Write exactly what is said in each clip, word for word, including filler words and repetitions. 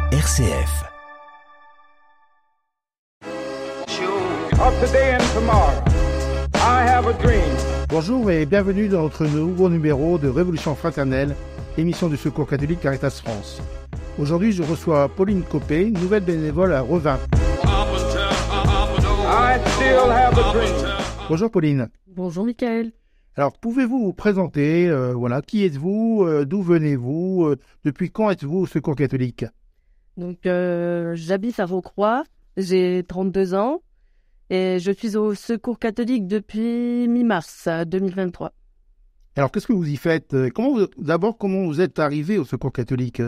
R C F. Of today and tomorrow, I have a dream. Bonjour et bienvenue dans notre nouveau numéro de Révolution Fraternelle, émission du Secours catholique Caritas France. Aujourd'hui, je reçois Pauline Copé, nouvelle bénévole à Revin. I still have a dream. Bonjour Pauline. Bonjour Michael. Alors, pouvez-vous vous présenter, euh, voilà, qui êtes-vous, euh, d'où venez-vous, euh, depuis quand êtes-vous au Secours catholique? Donc, euh, j'habite à Vaucroix, j'ai trente-deux ans et je suis au Secours catholique depuis mi-mars deux mille vingt-trois. Alors, qu'est-ce que vous y faites? Comment vous, d'abord, comment vous êtes arrivé au Secours catholique?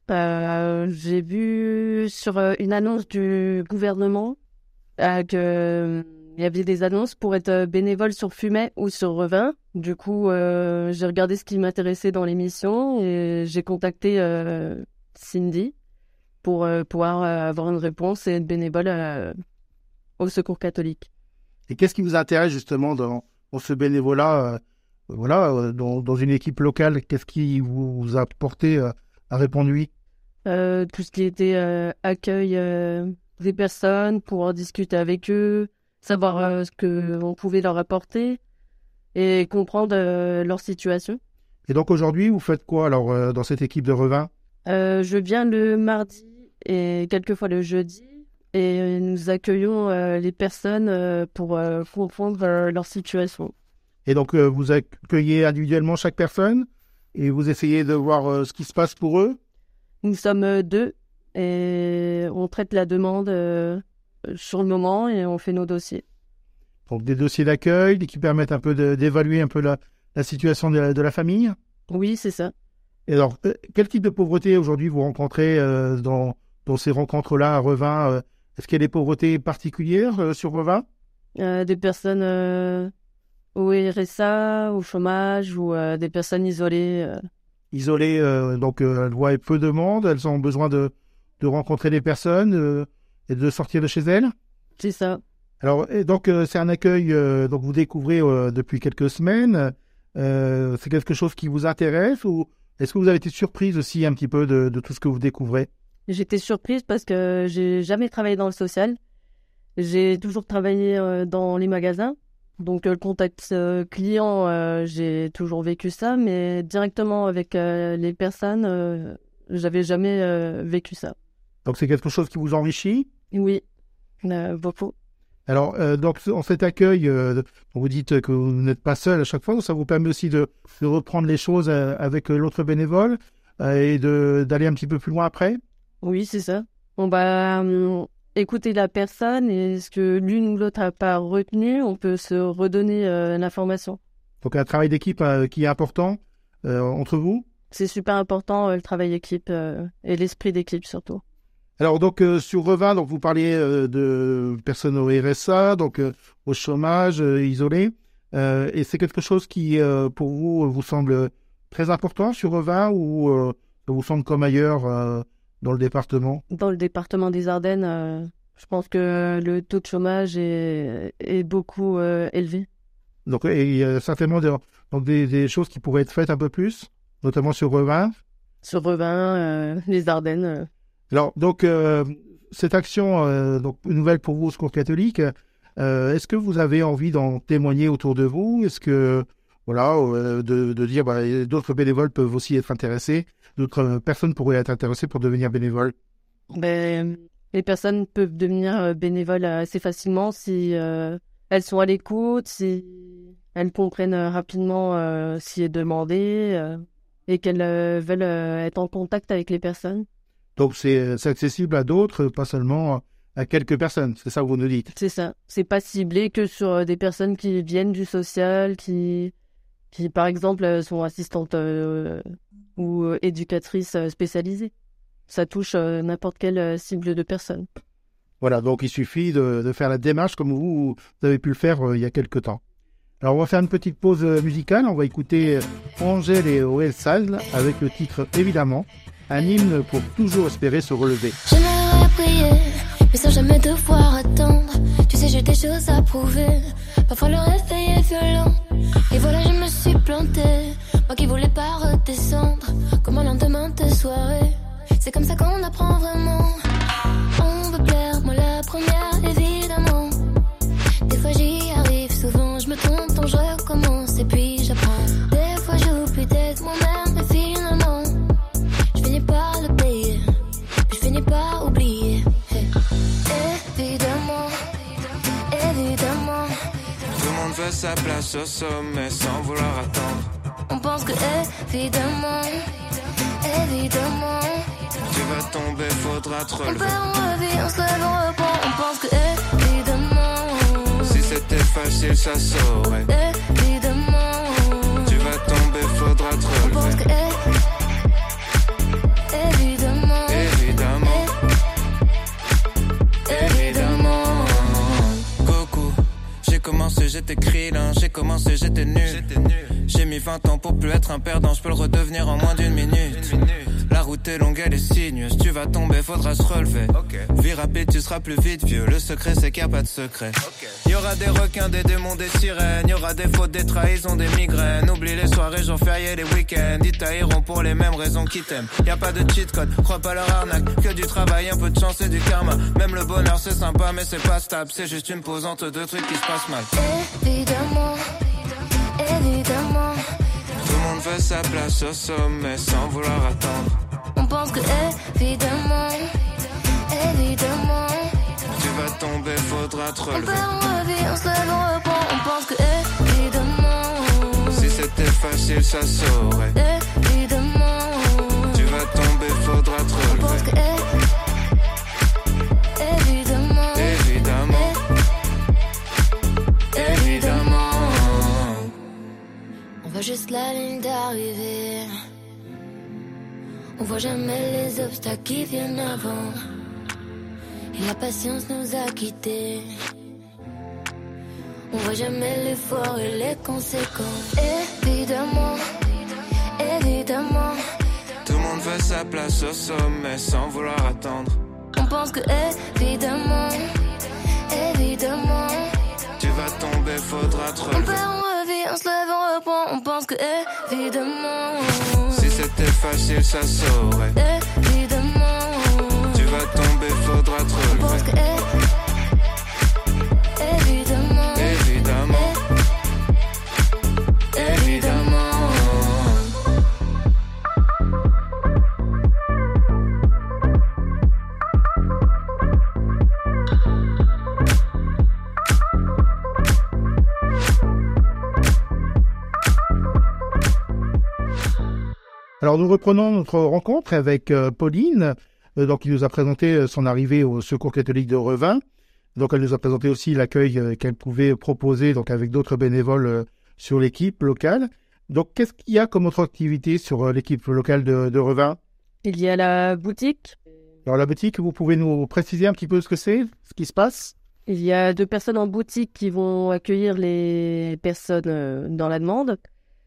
euh, J'ai vu sur une annonce du gouvernement euh, que... Il y avait des annonces pour être bénévole sur Fumay ou sur Revin. Du coup, euh, j'ai regardé ce qui m'intéressait dans l'émission et j'ai contacté euh, Cindy pour euh, pouvoir euh, avoir une réponse et être bénévole euh, au Secours catholique. Et qu'est-ce qui vous intéresse justement dans, dans ce bénévolat, euh, voilà, euh, dans, dans une équipe locale? Qu'est-ce qui vous a porté euh, à répondre oui? euh, Tout ce qui était euh, accueil euh, des personnes, pouvoir discuter avec eux, savoir euh, ce qu'on pouvait leur apporter et comprendre euh, leur situation. Et donc aujourd'hui, vous faites quoi alors euh, dans cette équipe de Revin? euh, Je viens le mardi et quelquefois le jeudi et nous accueillons euh, les personnes euh, pour euh, comprendre euh, leur situation. Et donc euh, vous accueillez individuellement chaque personne et vous essayez de voir euh, ce qui se passe pour eux? Nous sommes euh, deux et on traite la demande euh, sur le moment et on fait nos dossiers. Donc des dossiers d'accueil qui permettent un peu de, d'évaluer un peu la, la situation de la, de la famille? Oui, c'est ça. Et alors, euh, quel type de pauvreté aujourd'hui vous rencontrez euh, dans, dans ces rencontres-là à Revin? euh, Est-ce qu'il y a des pauvretés particulières euh, sur Revin? euh, Des personnes euh, au R S A, au chômage ou euh, des personnes isolées. Euh. Isolées, euh, donc euh, elles voient peu de monde, elles ont besoin de, de rencontrer des personnes euh, et de sortir de chez elles? C'est ça. Alors, et donc, euh, c'est un accueil, euh, donc vous découvrez euh, depuis quelques semaines. Euh, c'est quelque chose qui vous intéresse ou est-ce que vous avez été surprise aussi un petit peu de, de tout ce que vous découvrez? J'étais surprise parce que j'ai jamais travaillé dans le social. J'ai toujours travaillé euh, dans les magasins. Donc, euh, le contact euh, client, euh, j'ai toujours vécu ça, mais directement avec euh, les personnes, euh, j'avais jamais euh, vécu ça. Donc, c'est quelque chose qui vous enrichit? Oui, euh, beaucoup. Alors, euh, donc, en cet accueil, euh, vous dites que vous n'êtes pas seul à chaque fois, donc ça vous permet aussi de, de reprendre les choses euh, avec l'autre bénévole euh, et de, d'aller un petit peu plus loin après? Oui, c'est ça. On va euh, écouter la personne et ce que l'une ou l'autre n'a pas retenu, on peut se redonner euh, l'information. Donc, un travail d'équipe euh, qui est important euh, entre vous? C'est super important, euh, le travail d'équipe euh, et l'esprit d'équipe surtout. Alors donc euh, sur Revin, donc vous parliez euh, de personnes au R S A, donc euh, au chômage, euh, isolées, euh, et c'est quelque chose qui euh, pour vous vous semble très important sur Revin ou euh, ça vous semble comme ailleurs euh, dans le département? Dans le département des Ardennes, euh, je pense que le taux de chômage est, est beaucoup euh, élevé. Donc et il y a certainement des, donc des, des choses qui pourraient être faites un peu plus, notamment sur Revin. Sur Revin, euh, les Ardennes. Euh. Alors, donc, euh, cette action, euh, donc, nouvelle pour vous au Secours catholique, euh, est-ce que vous avez envie d'en témoigner autour de vous? Est-ce que, voilà, euh, de, de dire, bah, d'autres bénévoles peuvent aussi être intéressés, d'autres euh, personnes pourraient être intéressées pour devenir bénévoles? Ben, les personnes peuvent devenir bénévoles assez facilement si euh, elles sont à l'écoute, si elles comprennent rapidement euh, ce qui est demandé euh, et qu'elles euh, veulent euh, être en contact avec les personnes. Donc, c'est, c'est accessible à d'autres, pas seulement à quelques personnes. C'est ça que vous nous dites? C'est ça. C'est pas ciblé que sur des personnes qui viennent du social, qui, qui par exemple, sont assistantes euh, ou éducatrices spécialisées. Ça touche euh, n'importe quelle cible de personnes. Voilà, donc il suffit de, de faire la démarche comme vous, vous avez pu le faire euh, il y a quelques temps. Alors, on va faire une petite pause musicale. On va écouter Angèle et O L Sal avec le titre « Évidemment ». Un hymne pour toujours espérer se relever. J'aimerais prier, mais sans jamais devoir attendre. Tu sais, j'ai des choses à prouver. Parfois le réveil est violent. Et voilà, je me suis plantée. Moi qui voulais pas redescendre, comme un lendemain de soirée. C'est comme ça qu'on apprend vraiment. On veut plaire, moi la première, évidemment. Des fois j'y arrive, souvent je me trompe, donc je recommence et puis j'apprends. Des fois j'oublie d'être moi-même et finalement je finis par le payer, puis je finis par oublier. Hey. Évidemment, évidemment. Tout le monde veut sa place au sommet sans vouloir attendre. On pense que évidemment, évidemment. Tu vas tomber, faudra te On relever. perd, on revit, on se lève, on reprend. On pense que évidemment. Si c'était facile, ça saurait. Évidemment. Tu vas tomber, faudra te On pense relever. que é- évidemment. Évidemment, Évidemment. Goku, j'ai commencé, j'étais krillin, j'ai commencé, j'étais nul. J'ai mis vingt ans pour plus être un perdant, je peux le redevenir en moins d'une minute. La route est longue, elle est sinueuse, tu vas tomber, faudra se relever. Vie rapide, tu seras plus vite vieux, le secret c'est qu'il n'y a pas de secret. Y aura des requins, des démons, des sirènes, y aura des fautes, des trahisons, des migraines. Oublie les soirées, jours fériés, les week-ends, ils tailleront pour les mêmes raisons qu'ils t'aiment. Y a pas de cheat code, crois pas leur arnaque, que du travail, un peu de chance et du karma. Même le bonheur c'est sympa mais c'est pas stable, c'est juste une pause entre deux trucs qui se passent mal. Évidemment. Évidemment. Tout le monde veut sa place au sommet sans vouloir attendre. On pense que évidemment. Évidemment. Tu vas tomber, faudra te On relever. perd, on revit, on se lève, on reprend. On pense que évidemment. Si c'était facile, ça saurait. Évidemment. Tu vas tomber, faudra te On pense que relever. é- évidemment. Évidemment, évidemment. On voit juste la ligne d'arrivée. On voit jamais les obstacles qui viennent avant. Et la patience nous a quittés. On voit jamais l'effort et les conséquences. Évidemment, évidemment. Tout le monde veut sa place au sommet sans vouloir attendre. On pense que évidemment, évidemment. Tu vas tomber, faudra te On relever. perd, on revit, on se lève, on reprend. On pense que évidemment. Si c'était facile, ça saurait. Évidemment. Tu vas tomber, faudra te On pense relever. que é- évidemment. Évidemment, évidemment. Alors nous reprenons notre rencontre avec euh, Pauline, euh, donc qui nous a présenté euh, son arrivée au Secours catholique de Revin. Donc elle nous a présenté aussi l'accueil euh, qu'elle pouvait proposer donc avec d'autres bénévoles euh, sur l'équipe locale. Donc qu'est-ce qu'il y a comme autre activité sur euh, l'équipe locale de, de Revin? Il y a la boutique. Alors la boutique, vous pouvez nous préciser un petit peu ce que c'est, ce qui se passe? Il y a deux personnes en boutique qui vont accueillir les personnes euh, dans la demande.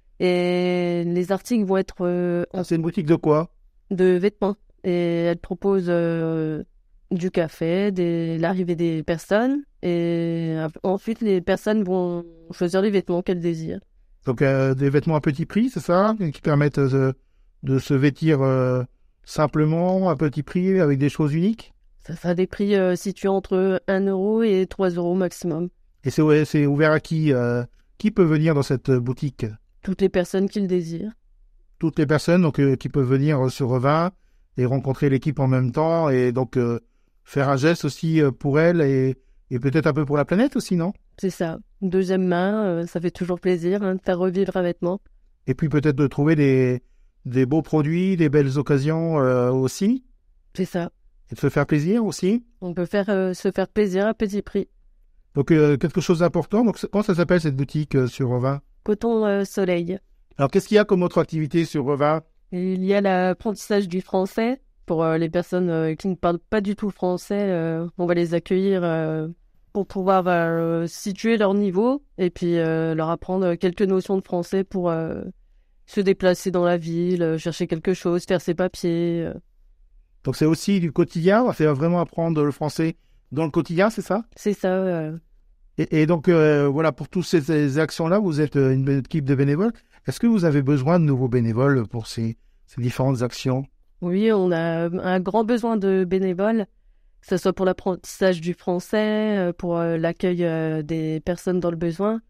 Et les articles vont être euh, Ah, c'est une boutique de quoi? de vêtements. Et elle propose euh, du café, des... l'arrivée des personnes. Et ap- ensuite, les personnes vont choisir les vêtements qu'elles désirent. Donc euh, des vêtements à petit prix, c'est ça? Qui permettent euh, de se vêtir euh, simplement, à petit prix, avec des choses uniques? Ça sera des prix euh, situés entre un euro et trois euros maximum. Et c'est ouais, c'est ouvert à qui? euh, Qui peut venir dans cette boutique? Toutes les personnes qui le désirent. Toutes les personnes donc, euh, qui peuvent venir euh, sur Revin et rencontrer l'équipe en même temps et donc euh, faire un geste aussi euh, pour elle et, et peut-être un peu pour la planète aussi, non? C'est ça. Deuxième main, euh, ça fait toujours plaisir hein, de faire revivre un vêtement. Et puis peut-être de trouver des, des beaux produits, des belles occasions euh, aussi, C'est ça. et de se faire plaisir aussi. On peut faire euh, se faire plaisir à petit prix. Donc euh, quelque chose d'important. Donc comment ça s'appelle cette boutique euh, sur Revin? Coton euh, Soleil. Alors qu'est-ce qu'il y a comme autre activité sur Revin? Il y a l'apprentissage du français. Pour euh, les personnes euh, qui ne parlent pas du tout français, euh, on va les accueillir euh, pour pouvoir euh, situer leur niveau et puis euh, leur apprendre quelques notions de français pour euh, se déplacer dans la ville, euh, chercher quelque chose, faire ses papiers. euh. Donc c'est aussi du quotidien, c'est vraiment apprendre le français dans le quotidien, c'est ça? C'est ça. euh. Et, et donc, euh, voilà, pour toutes ces, ces actions-là, vous êtes euh, une équipe de bénévoles. Est-ce que vous avez besoin de nouveaux bénévoles pour ces, ces différentes actions? Oui, on a un grand besoin de bénévoles, que ce soit pour l'apprentissage du français, euh, pour euh, l'accueil euh, des personnes dans le besoin.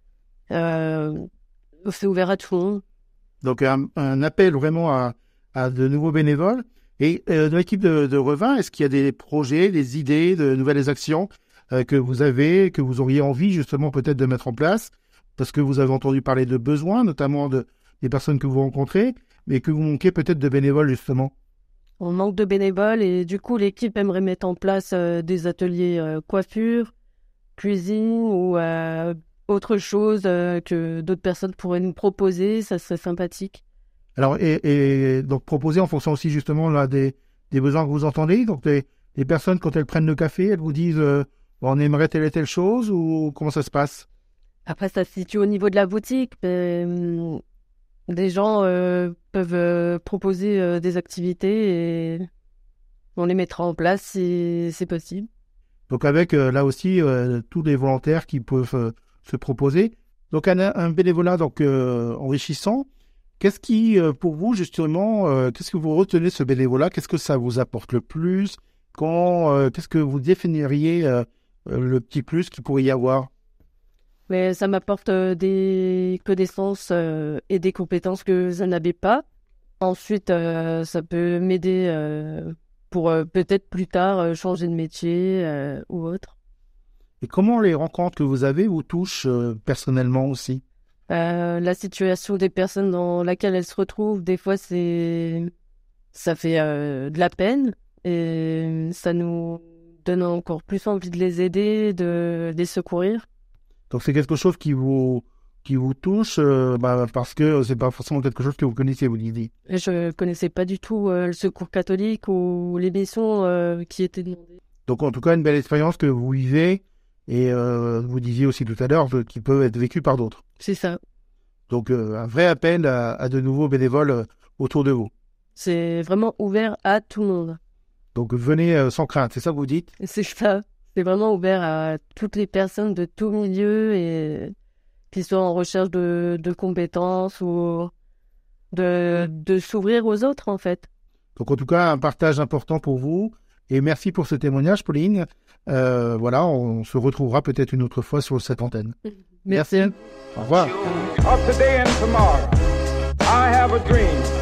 Euh, c'est ouvert à tout le monde. Donc un, un appel vraiment à, à de nouveaux bénévoles. Et euh, dans l'équipe de, de Revin, est-ce qu'il y a des projets, des idées, de nouvelles actions euh, que vous avez, que vous auriez envie justement peut-être de mettre en place? Parce que vous avez entendu parler de besoins, notamment de, des personnes que vous rencontrez, mais que vous manquez peut-être de bénévoles justement. On manque de bénévoles et du coup, l'équipe aimerait mettre en place euh, des ateliers euh, coiffure, cuisine ou euh, autre chose euh, que d'autres personnes pourraient nous proposer. Ça serait sympathique. Alors, et, et donc proposer en fonction aussi justement là, des, des besoins que vous entendez. Donc, les, les personnes, quand elles prennent le café, elles vous disent euh, on aimerait telle et telle chose ou comment ça se passe? Après, ça se situe au niveau de la boutique. Mais, hum, des gens euh, peuvent euh, proposer euh, des activités et on les mettra en place si c'est possible. Donc, avec euh, là aussi euh, tous les volontaires qui peuvent euh, se proposer. Donc, un, un bénévolat donc euh, enrichissant. Qu'est-ce qui, euh, pour vous, justement, euh, qu'est-ce que vous retenez de ce bénévolat? Qu'est-ce que ça vous apporte le plus? Quand, euh, qu'est-ce que vous définiriez euh, euh, le petit plus qu'il pourrait y avoir? Mais ça m'apporte euh, des connaissances euh, et des compétences que je n'avais pas. Ensuite, euh, ça peut m'aider euh, pour euh, peut-être plus tard euh, changer de métier euh, ou autre. Et comment les rencontres que vous avez vous touchent euh, personnellement aussi? Euh, la situation des personnes dans laquelle elles se retrouvent, des fois, c'est ça fait euh, de la peine et ça nous donne encore plus envie de les aider, de les secourir. Donc c'est quelque chose qui vous qui vous touche euh, bah, parce que c'est pas forcément quelque chose que vous connaissiez, vous disiez. Et je connaissais pas du tout euh, le secours catholique ou les missions euh, qui étaient demandées. Donc en tout cas une belle expérience que vous vivez et euh, vous disiez aussi tout à l'heure euh, qui peut être vécue par d'autres. C'est ça. Donc euh, un vrai appel à, à de nouveaux bénévoles euh, autour de vous. C'est vraiment ouvert à tout le monde. Donc venez euh, sans crainte, c'est ça que vous dites? C'est ça. C'est vraiment ouvert à toutes les personnes de tout milieu et qui soient en recherche de, de compétences ou de, de s'ouvrir aux autres, en fait. Donc en tout cas, un partage important pour vous. Et merci pour ce témoignage, Pauline. Euh, voilà, on se retrouvera peut-être une autre fois sur cette antenne. Merci. Merci. Au revoir. Of today and tomorrow, I have a dream